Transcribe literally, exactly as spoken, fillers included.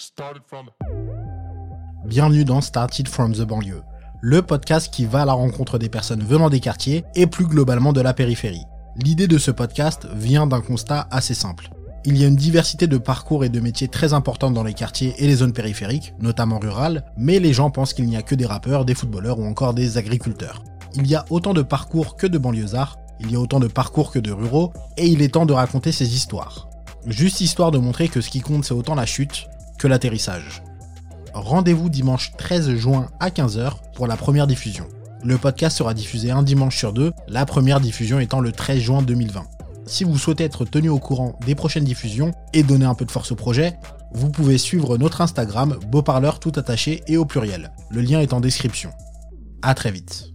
Started from... Bienvenue dans Started from the banlieue, le podcast qui va à la rencontre des personnes venant des quartiers et plus globalement de la périphérie. L'idée de ce podcast vient d'un constat assez simple. Il y a une diversité de parcours et de métiers très importante dans les quartiers et les zones périphériques, notamment rurales, mais les gens pensent qu'il n'y a que des rappeurs, des footballeurs ou encore des agriculteurs. Il y a autant de parcours que de banlieusards, il y a autant de parcours que de ruraux, et il est temps de raconter ces histoires. Juste histoire de montrer que ce qui compte c'est autant la chute que l'atterrissage. Rendez-vous dimanche treize juin à quinze heures pour la première diffusion. Le podcast sera diffusé un dimanche sur deux, la première diffusion étant le treize juin deux mille vingt. Si vous souhaitez être tenu au courant des prochaines diffusions et donner un peu de force au projet, vous pouvez suivre notre Instagram, Beauparleur tout attaché et au pluriel. Le lien est en description. À très vite.